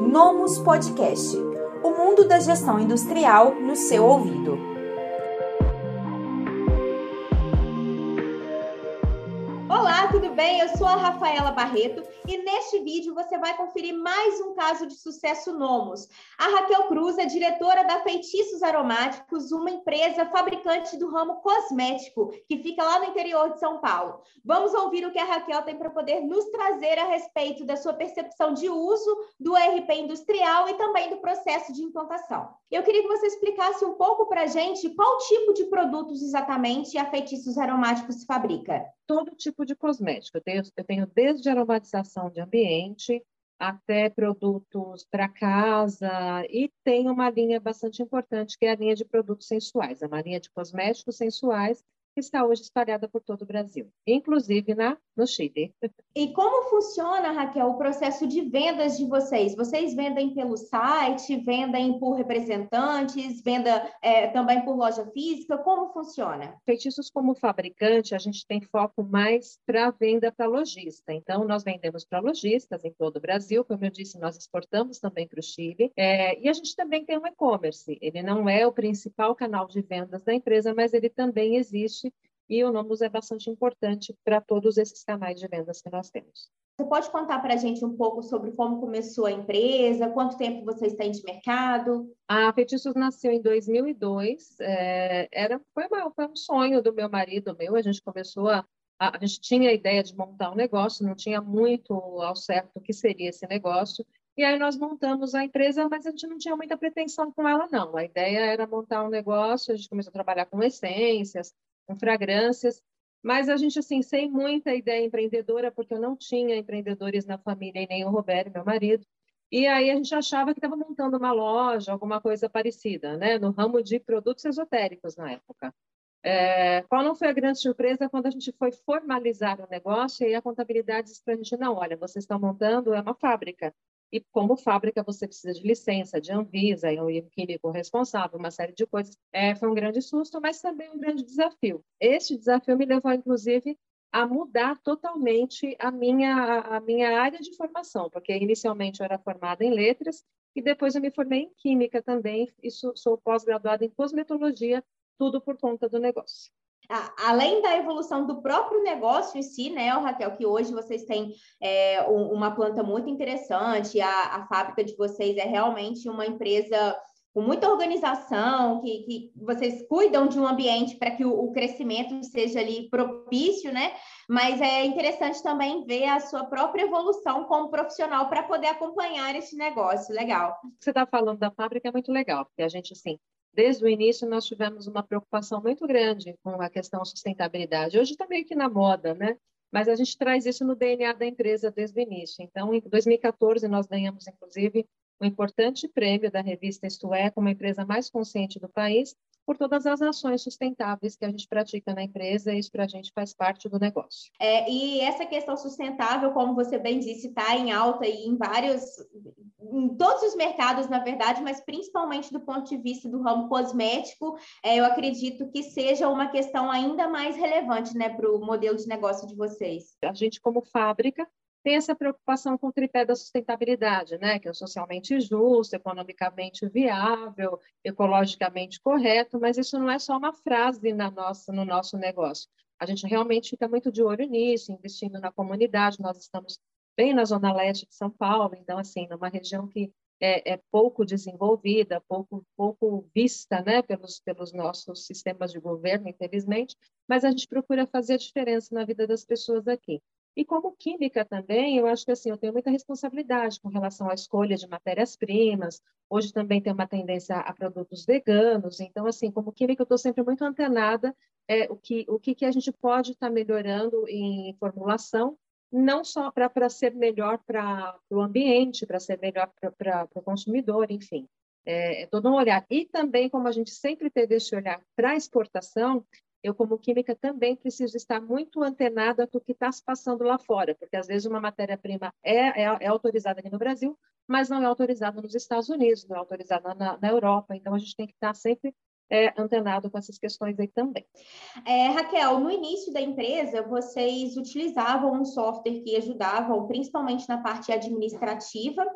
Nomus Podcast, o mundo da gestão industrial no seu ouvido. Olá, tudo bem? Eu sou a Rafaela Barreto e neste vídeo você vai conferir mais um caso de sucesso Nomus. A Raquel Cruz é diretora da Feitiços Aromáticos, uma empresa fabricante do ramo cosmético, que fica lá no interior de São Paulo. Vamos ouvir o que a Raquel tem para poder nos trazer a respeito da sua percepção de uso do ERP industrial e também do processo de implantação. Eu queria que você explicasse um pouco para a gente qual tipo de produtos exatamente a Feitiços Aromáticos fabrica. Todo tipo de cosmético. Eu tenho desde aromatização de ambiente até produtos para casa e tenho uma linha bastante importante que é a linha de produtos sensuais, uma linha de cosméticos sensuais que está hoje espalhada por todo o Brasil, inclusive no Chile. E como funciona, Raquel, o processo de vendas de vocês? Vocês vendem pelo site, vendem por representantes, venda também por loja física? Como funciona? Feitiços como fabricante, a gente tem foco mais para venda para lojista. Então, nós vendemos para lojistas em todo o Brasil. Como eu disse, nós exportamos também para o Chile. E a gente também tem um e-commerce. Ele não é o principal canal de vendas da empresa, mas ele também existe. E o Nomus é bastante importante para todos esses canais de vendas que nós temos. Você pode contar para a gente um pouco sobre como começou a empresa, quanto tempo vocês têm de mercado? A Feitiços nasceu em 2002, foi um sonho do meu marido, a gente começou a gente tinha a ideia de montar um negócio, não tinha muito ao certo o que seria esse negócio, e aí nós montamos a empresa, mas a gente não tinha muita pretensão com ela, não. A ideia era montar um negócio, a gente começou a trabalhar com essências, com fragrâncias, mas a gente, assim, sem muita ideia empreendedora, porque eu não tinha empreendedores na família, e nem o Roberto, meu marido, e aí a gente achava que estava montando uma loja, alguma coisa parecida, né? No ramo de produtos esotéricos na época. Qual não foi a grande surpresa quando a gente foi formalizar o negócio e a contabilidade disse para a gente, não, olha, vocês estão montando uma fábrica. E como fábrica você precisa de licença, de Anvisa, e um químico responsável, uma série de coisas. Foi um grande susto, mas também um grande desafio. Este desafio me levou, inclusive, a mudar totalmente a minha área de formação, porque inicialmente eu era formada em letras e depois eu me formei em química também, e sou pós-graduada em cosmetologia, tudo por conta do negócio. Além da evolução do próprio negócio em si, né, Raquel, que hoje vocês têm uma planta muito interessante, a fábrica de vocês é realmente uma empresa com muita organização, que vocês cuidam de um ambiente para que o crescimento seja ali propício, né? Mas é interessante também ver a sua própria evolução como profissional para poder acompanhar esse negócio. Legal. Você está falando da fábrica, é muito legal, porque a gente, assim, desde o início nós tivemos uma preocupação muito grande com a questão sustentabilidade. Hoje está meio que na moda, né? Mas a gente traz isso no DNA da empresa desde o início. Então, em 2014, nós ganhamos, inclusive, um importante prêmio da revista Isto É, como a empresa mais consciente do país, por todas as ações sustentáveis que a gente pratica na empresa, e isso para a gente faz parte do negócio. E essa questão sustentável, como você bem disse, está em alta e em todos os mercados, na verdade, mas principalmente do ponto de vista do ramo cosmético, eu acredito que seja uma questão ainda mais relevante, né, para o modelo de negócio de vocês. A gente, como fábrica, tem essa preocupação com o tripé da sustentabilidade, né? Que é o socialmente justo, economicamente viável, ecologicamente correto, mas isso não é só uma frase no nosso negócio. A gente realmente fica muito de olho nisso, investindo na comunidade. Nós estamos bem na zona leste de São Paulo, então, assim, numa região que é pouco desenvolvida, pouco vista, né, pelos nossos sistemas de governo, infelizmente, mas a gente procura fazer a diferença na vida das pessoas aqui. E como química também, eu acho que assim, eu tenho muita responsabilidade com relação à escolha de matérias-primas. Hoje também tem uma tendência a produtos veganos. Então, assim, como química, eu estou sempre muito antenada o que a gente pode estar melhorando em formulação, não só para ser melhor para o ambiente, para ser melhor para o consumidor, enfim. É todo um olhar. E também, como a gente sempre teve esse olhar para a exportação, eu, como química, também preciso estar muito antenada do que está se passando lá fora, porque, às vezes, uma matéria-prima é autorizada aqui no Brasil, mas não é autorizada nos Estados Unidos, não é autorizada na Europa. Então, a gente tem que estar sempre antenado com essas questões aí também. Raquel, no início da empresa, vocês utilizavam um software que ajudava, principalmente na parte administrativa,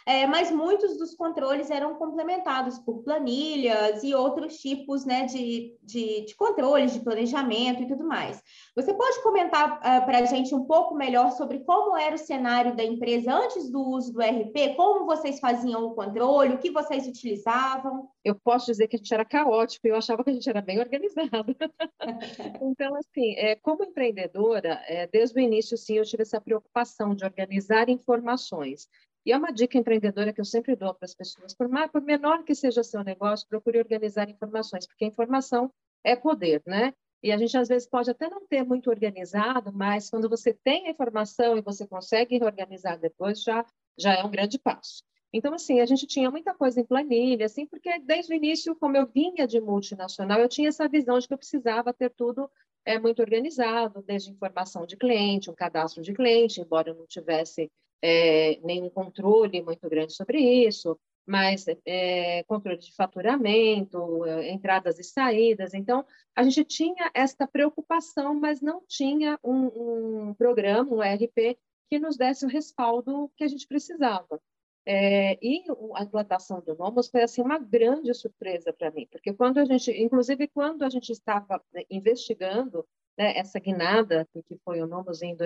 mas muitos dos controles eram complementados por planilhas e outros tipos, né, de controles, de planejamento e tudo mais. Você pode comentar para a gente um pouco melhor sobre como era o cenário da empresa antes do uso do ERP? Como vocês faziam o controle? O que vocês utilizavam? Eu posso dizer que a gente era caótico, eu achava que a gente era bem organizado. Então, assim, como empreendedora, desde o início, sim, eu tive essa preocupação de organizar informações. E é uma dica empreendedora que eu sempre dou para as pessoas, por menor que seja seu negócio, procure organizar informações, porque a informação é poder, né? E a gente, às vezes, pode até não ter muito organizado, mas quando você tem a informação e você consegue reorganizar depois, já é um grande passo. Então, assim, a gente tinha muita coisa em planilha, assim, porque desde o início, como eu vinha de multinacional, eu tinha essa visão de que eu precisava ter tudo muito organizado, desde informação de cliente, um cadastro de cliente, embora eu não tivesse nenhum controle muito grande sobre isso, mas controle de faturamento, entradas e saídas. Então, a gente tinha esta preocupação, mas não tinha um programa, um ERP, que nos desse o respaldo que a gente precisava. E a implantação do Nomos foi assim uma grande surpresa para mim, porque inclusive quando a gente estava investigando, né, essa guinada que foi o Nomos em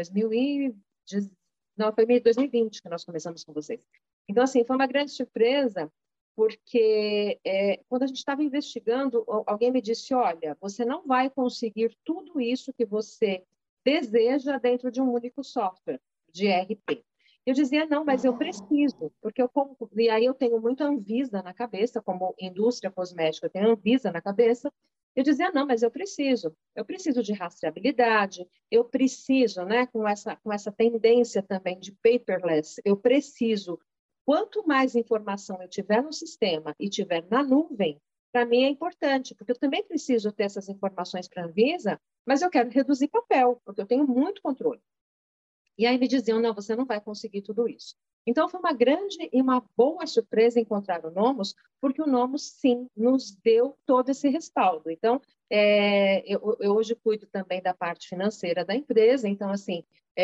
2020 que nós começamos com vocês. Então, assim, foi uma grande surpresa, porque quando a gente estava investigando, alguém me disse, olha, você não vai conseguir tudo isso que você deseja dentro de um único software de ERP. Eu dizia, não, mas eu preciso, porque e aí eu tenho muito Anvisa na cabeça, como indústria cosmética, eu tenho Anvisa na cabeça. Eu dizia, não, mas eu preciso de rastreabilidade, eu preciso, né, com essa tendência também de paperless, eu preciso, quanto mais informação eu tiver no sistema e tiver na nuvem, para mim é importante, porque eu também preciso ter essas informações para a Anvisa, mas eu quero reduzir papel, porque eu tenho muito controle. E aí me diziam, não, você não vai conseguir tudo isso. Então, foi uma grande e uma boa surpresa encontrar o Nomos, porque o Nomos, sim, nos deu todo esse respaldo. Então, eu hoje cuido também da parte financeira da empresa, então, assim,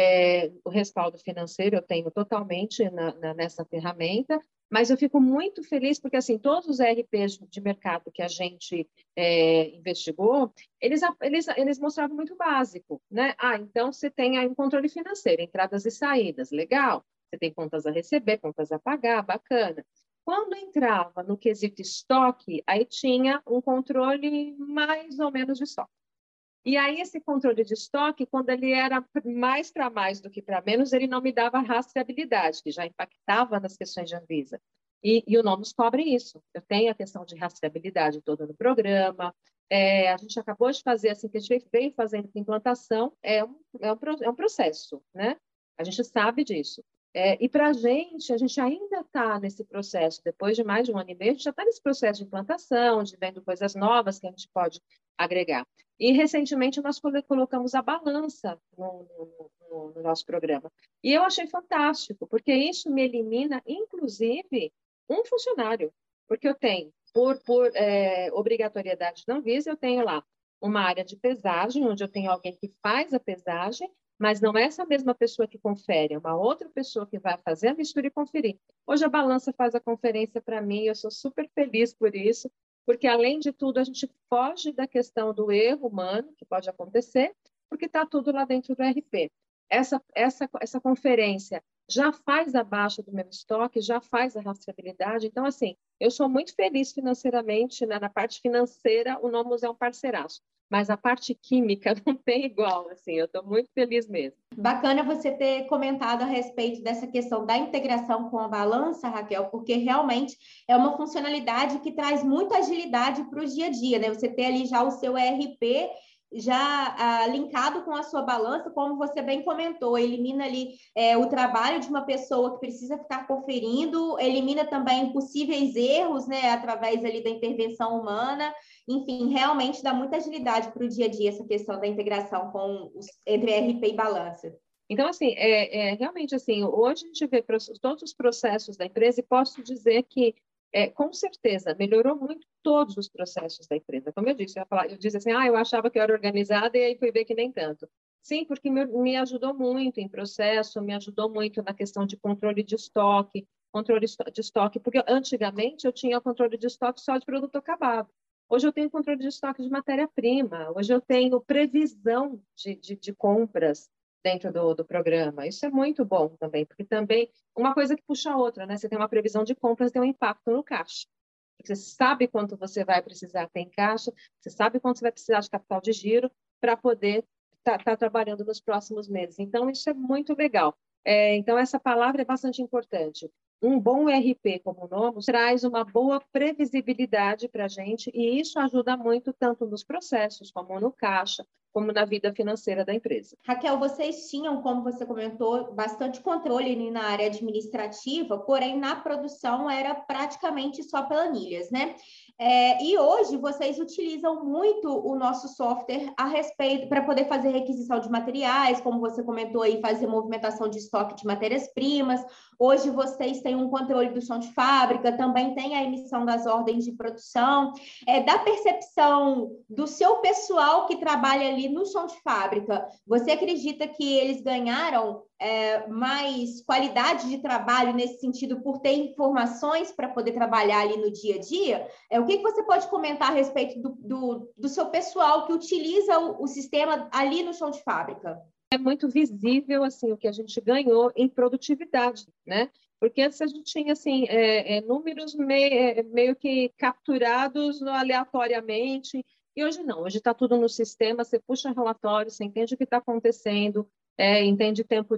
o respaldo financeiro eu tenho totalmente nessa ferramenta, mas eu fico muito feliz porque, assim, todos os ERPs de mercado que a gente investigou, eles mostravam muito básico, né? Então, você tem aí um controle financeiro, entradas e saídas, legal. Você tem contas a receber, contas a pagar, bacana. Quando entrava no quesito estoque, aí tinha um controle mais ou menos de estoque. E aí, esse controle de estoque, quando ele era mais para mais do que para menos, ele não me dava rastreabilidade, que já impactava nas questões de Anvisa. E o Nomos cobre isso. Eu tenho a questão de rastreabilidade toda no programa. A gente acabou de fazer, assim, que a gente veio fazendo implantação, é um processo, né? A gente sabe disso. E para a gente ainda está nesse processo, depois de mais de um ano e meio, a gente já está nesse processo de implantação, de vendo coisas novas que a gente pode agregar. E, recentemente, nós colocamos a balança no nosso programa. E eu achei fantástico, porque isso me elimina, inclusive, um funcionário. Porque eu tenho, por obrigatoriedade da Anvisa, eu tenho lá uma área de pesagem, onde eu tenho alguém que faz a pesagem, mas não é essa mesma pessoa que confere, é uma outra pessoa que vai fazer a mistura e conferir. Hoje a balança faz a conferência para mim, eu sou super feliz por isso, porque, além de tudo, a gente foge da questão do erro humano, que pode acontecer, porque está tudo lá dentro do ERP. Essa conferência já faz a baixa do meu estoque, já faz a rastreabilidade. Então, assim, eu sou muito feliz financeiramente, né? Na parte financeira, o Nomos é um parceiraço. Mas a parte química não tem igual, assim, eu estou muito feliz mesmo. Bacana você ter comentado a respeito dessa questão da integração com a balança, Raquel, porque realmente é uma funcionalidade que traz muita agilidade para o dia a dia, né? Você ter ali já o seu ERP já linkado com a sua balança, como você bem comentou, elimina ali o trabalho de uma pessoa que precisa ficar conferindo, elimina também possíveis erros, né, através ali da intervenção humana. Enfim, realmente dá muita agilidade para o dia a dia essa questão da integração entre ERP e balança. Então, assim, realmente, assim, hoje a gente vê todos os processos da empresa e posso dizer que, com certeza, melhorou muito todos os processos da empresa. Como eu disse, eu disse assim, eu achava que eu era organizada e aí fui ver que nem tanto. Sim, porque me ajudou muito em processo, me ajudou muito na questão de controle de estoque, controle de estoque, porque antigamente eu tinha controle de estoque só de produto acabado. Hoje eu tenho controle de estoque de matéria-prima, hoje eu tenho previsão de compras dentro do programa. Isso é muito bom também, porque também uma coisa que puxa a outra, né? Você tem uma previsão de compras, tem um impacto no caixa. Você sabe quanto você vai precisar ter em caixa, você sabe quanto você vai precisar de capital de giro para poder estar trabalhando nos próximos meses. Então, isso é muito legal. Então, essa palavra é bastante importante. Um bom RP como o Nomos traz uma boa previsibilidade para a gente e isso ajuda muito tanto nos processos, como no caixa, como na vida financeira da empresa. Raquel, vocês tinham, como você comentou, bastante controle ali na área administrativa, porém na produção era praticamente só planilhas, né? E hoje vocês utilizam muito o nosso software a respeito para poder fazer requisição de materiais, como você comentou aí, fazer movimentação de estoque de matérias-primas. Hoje vocês têm um controle do chão de fábrica, também tem a emissão das ordens de produção, da percepção do seu pessoal que trabalha ali no chão de fábrica. Você acredita que eles ganharam mais qualidade de trabalho nesse sentido por ter informações para poder trabalhar ali no dia a dia? O que você pode comentar a respeito do seu pessoal que utiliza o sistema ali no chão de fábrica? É muito visível assim o que a gente ganhou em produtividade, né? Porque antes a gente tinha assim, números meio que capturados aleatoriamente, e hoje não, hoje está tudo no sistema, você puxa relatório, você entende o que está acontecendo, entende tempo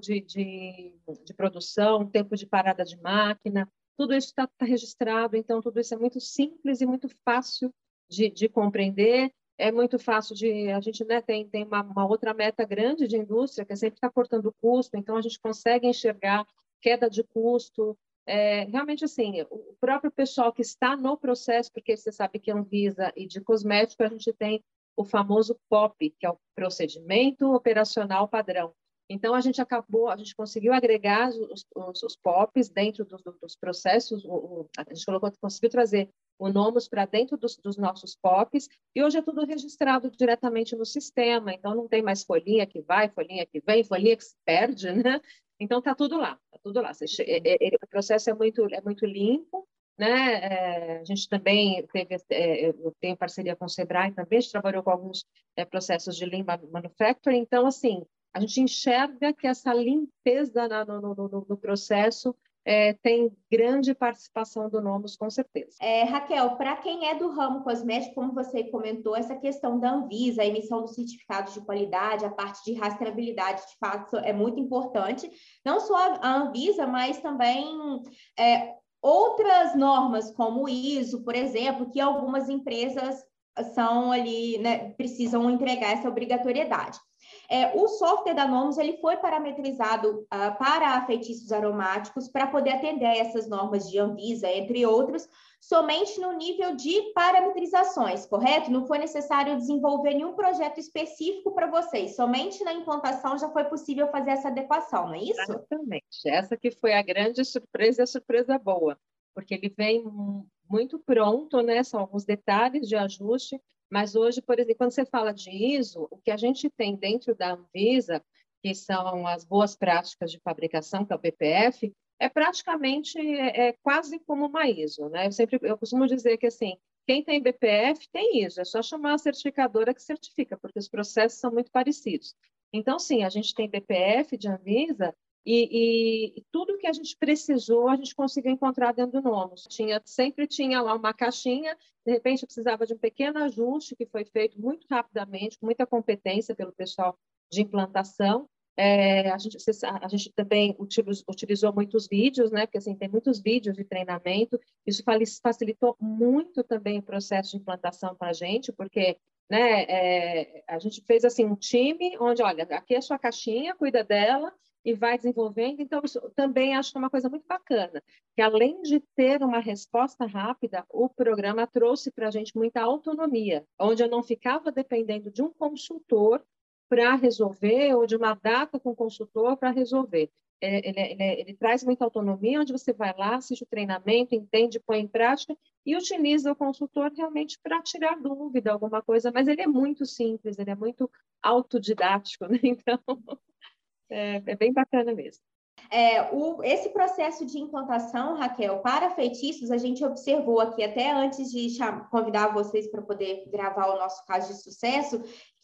de produção, tempo de parada de máquina, tudo isso está registrado, então tudo isso é muito simples e muito fácil de compreender. É muito fácil a gente, né, tem uma outra meta grande de indústria, que é sempre estar cortando custo, então a gente consegue enxergar queda de custo. Realmente, assim, o próprio pessoal que está no processo, porque você sabe que é Anvisa e de cosmético, a gente tem o famoso POP, que é o procedimento operacional padrão. Então, a gente conseguiu agregar os POPs dentro dos processos, a gente conseguiu trazer o Nomos para dentro dos nossos POPs, e hoje é tudo registrado diretamente no sistema, então não tem mais folhinha que vai, folhinha que vem, folhinha que se perde, né? Então está tudo lá, está tudo lá. O processo é muito limpo, né? A gente também eu tenho parceria com o Sebrae também, a gente trabalhou com alguns processos de Lean Manufacturing, então, assim, a gente enxerga que essa limpeza no processo tem grande participação do Nomos, com certeza. Raquel, para quem é do ramo cosmético, como você comentou, essa questão da Anvisa, a emissão dos certificados de qualidade, a parte de rastreabilidade, de fato, é muito importante. Não só a Anvisa, mas também outras normas, como o ISO, por exemplo, que algumas empresas são ali, né, precisam entregar essa obrigatoriedade. O software da Nomos ele foi parametrizado para feitiços aromáticos para poder atender a essas normas de Anvisa, entre outros, somente no nível de parametrizações, correto? Não foi necessário desenvolver nenhum projeto específico para vocês, somente na implantação já foi possível fazer essa adequação, não é isso? Exatamente. Essa que foi a grande surpresa e a surpresa boa, porque ele vem muito pronto, né? São alguns detalhes de ajuste, mas hoje, por exemplo, quando você fala de ISO, o que a gente tem dentro da Anvisa, que são as boas práticas de fabricação, que é o BPF, é praticamente quase como uma ISO, né? Eu costumo dizer que assim, quem tem BPF tem ISO, é só chamar a certificadora que certifica, porque os processos são muito parecidos. Então, sim, a gente tem BPF de Anvisa e tudo que a gente precisou, a gente conseguiu encontrar dentro do Nomos. Sempre tinha lá uma caixinha, de repente precisava de um pequeno ajuste que foi feito muito rapidamente, com muita competência pelo pessoal de implantação. A gente também utilizou muitos vídeos, né? Porque assim, tem muitos vídeos de treinamento, isso facilitou muito também o processo de implantação para a gente, porque né, a gente fez assim, um time onde, olha, aqui é a sua caixinha, cuida dela, e vai desenvolvendo. Então, isso também acho que é uma coisa muito bacana, que além de ter uma resposta rápida, o programa trouxe para a gente muita autonomia, onde eu não ficava dependendo de um consultor para resolver, ou de uma data com o consultor para resolver. Ele traz muita autonomia, onde você vai lá, assiste o treinamento, entende, põe em prática e utiliza o consultor realmente para tirar dúvida, alguma coisa, mas ele é muito simples, ele é muito autodidático, né? Então... É bem bacana mesmo. Esse processo de implantação, Raquel, para feitiços, a gente observou aqui, até antes de convidar vocês para poder gravar o nosso caso de sucesso,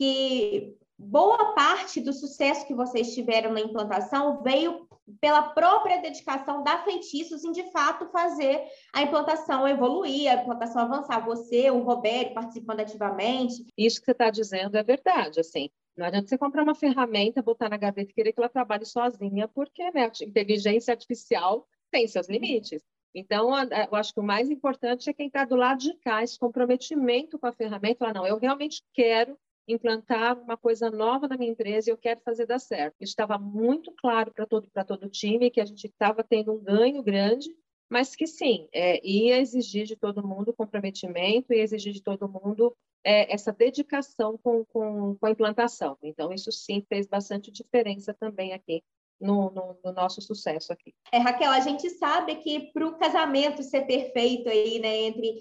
que boa parte do sucesso que vocês tiveram na implantação veio pela própria dedicação da Feitiços em, de fato, fazer a implantação evoluir, a implantação avançar. Você, o Roberto, participando ativamente. Isso que você está dizendo é verdade, assim. Não adianta você comprar uma ferramenta, botar na gaveta e querer que ela trabalhe sozinha, porque, né, a inteligência artificial tem seus limites. Então, eu acho que o mais importante é quem está do lado de cá, esse comprometimento com a ferramenta, falar, não, eu realmente quero implantar uma coisa nova na minha empresa e eu quero fazer dar certo. Isso estava muito claro para todo o time, que a gente estava tendo um ganho grande, mas que sim, ia exigir de todo mundo comprometimento, ia exigir de todo mundo essa dedicação com a implantação. Então, isso sim fez bastante diferença também aqui no nosso sucesso aqui. Raquel, a gente sabe que para o casamento ser perfeito aí, né, entre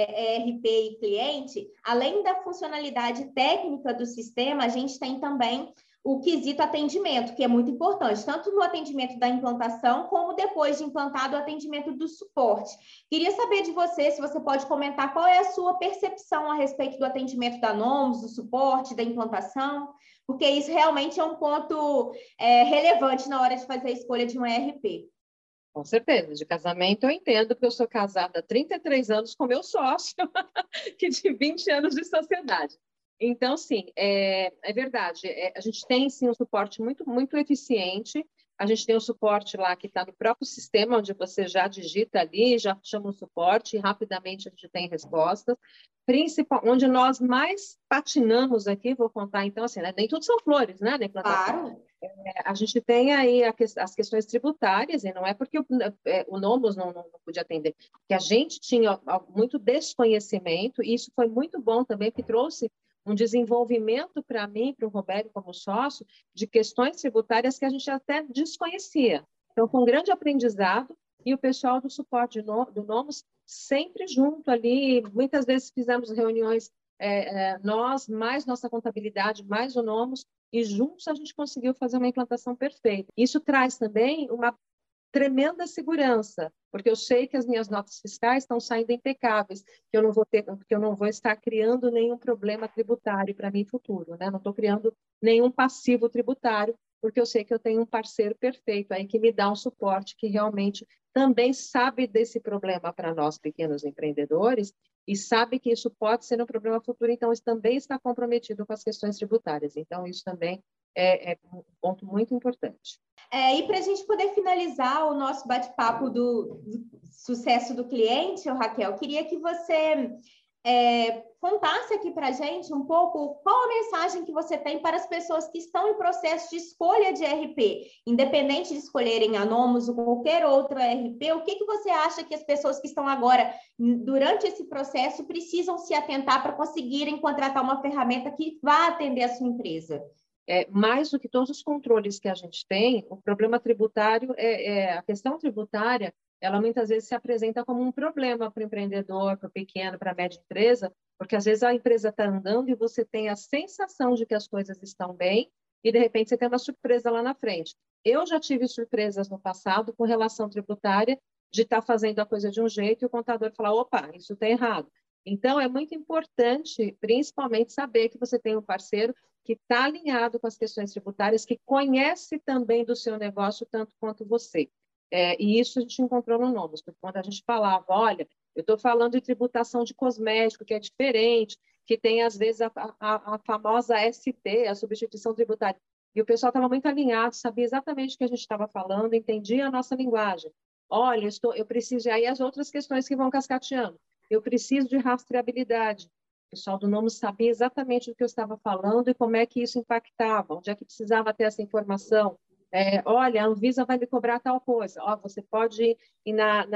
ERP e cliente, além da funcionalidade técnica do sistema, a gente tem também o quesito atendimento, que é muito importante, tanto no atendimento da implantação, como depois de implantado o atendimento do suporte. Queria saber de você, se você pode comentar qual é a sua percepção a respeito do atendimento da Nomos, do suporte, da implantação, porque isso realmente é um ponto relevante na hora de fazer a escolha de um ERP. Com certeza, de casamento eu entendo, porque eu sou casada há 33 anos com meu sócio, que de 20 anos de sociedade. Então, sim, é verdade. A gente tem, sim, um suporte muito, muito eficiente. A gente tem um suporte lá que está no próprio sistema, onde você já digita ali, já chama o suporte, e rapidamente a gente tem respostas. Onde nós mais patinamos aqui, vou contar então, assim, né? Nem tudo são flores, né? Claro. A gente tem aí as questões tributárias, e não é porque o Nomos não podia atender, que a gente tinha muito desconhecimento, e isso foi muito bom também, que trouxe um desenvolvimento para mim, para o Roberto como sócio, de questões tributárias que a gente até desconhecia. Então, foi um grande aprendizado, e o pessoal do suporte do Nomos sempre junto ali, muitas vezes fizemos reuniões, nós, mais nossa contabilidade, mais o Nomos, e juntos a gente conseguiu fazer uma implantação perfeita. Isso traz também uma tremenda segurança, porque eu sei que as minhas notas fiscais estão saindo impecáveis, que eu não vou estar criando nenhum problema tributário para mim futuro, né? Não estou criando nenhum passivo tributário, porque eu sei que eu tenho um parceiro perfeito aí que me dá um suporte que realmente também sabe desse problema para nós pequenos empreendedores e sabe que isso pode ser um problema futuro, então isso também está comprometido com as questões tributárias. Então isso também é um ponto muito importante. E para a gente poder finalizar o nosso bate-papo do sucesso do cliente, Raquel, queria que você contasse aqui para a gente um pouco qual a mensagem que você tem para as pessoas que estão em processo de escolha de ERP, independente de escolherem a Nomos ou qualquer outro ERP, o que você acha que as pessoas que estão agora, durante esse processo, precisam se atentar para conseguirem contratar uma ferramenta que vá atender a sua empresa? Mais do que todos os controles que a gente tem, o problema tributário, a questão tributária, ela muitas vezes se apresenta como um problema para o empreendedor, para o pequeno, para a média empresa, porque às vezes a empresa está andando e você tem a sensação de que as coisas estão bem e, de repente, você tem uma surpresa lá na frente. Eu já tive surpresas no passado com relação tributária, de estar fazendo a coisa de um jeito e o contador falar, opa, isso está errado. Então, é muito importante, principalmente, saber que você tem um parceiro que está alinhado com as questões tributárias, que conhece também do seu negócio tanto quanto você. E isso a gente encontrou no Nomos, porque quando a gente falava, olha, eu estou falando de tributação de cosmético, que é diferente, que tem, às vezes, a famosa ST, a substituição tributária, e o pessoal estava muito alinhado, sabia exatamente o que a gente estava falando, entendia a nossa linguagem. Olha, eu preciso, e aí as outras questões que vão cascateando, eu preciso de rastreabilidade. O pessoal do Nomos sabia exatamente do que eu estava falando e como é que isso impactava, onde é que precisava ter essa informação. Olha, a Anvisa vai me cobrar tal coisa. Você pode ir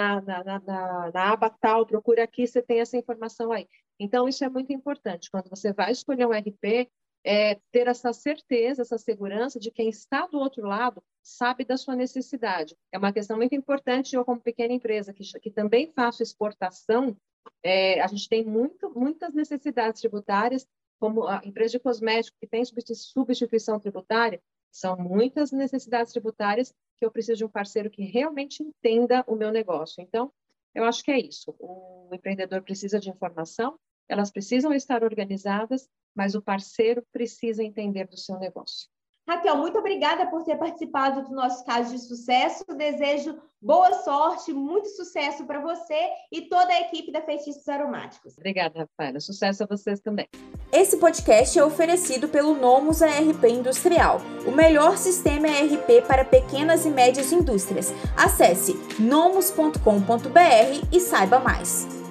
na aba tal, procura aqui, você tem essa informação aí. Então, isso é muito importante. Quando você vai escolher um RP, ter essa certeza, essa segurança de quem está do outro lado sabe da sua necessidade. É uma questão muito importante. Eu, como pequena empresa, que também faço exportação, a gente tem muitas necessidades tributárias, como a empresa de cosméticos que tem substituição tributária, São muitas necessidades tributárias que eu preciso de um parceiro que realmente entenda o meu negócio. Então, eu acho que é isso. O empreendedor precisa de informação, elas precisam estar organizadas, mas o parceiro precisa entender do seu negócio. Raquel, muito obrigada por ter participado do nosso caso de sucesso. Desejo boa sorte, muito sucesso para você e toda a equipe da Feitiços Aromáticos. Obrigada, Rafaela. Sucesso a vocês também. Esse podcast é oferecido pelo Nomus ERP Industrial, o melhor sistema ERP para pequenas e médias indústrias. Acesse nomus.com.br e saiba mais.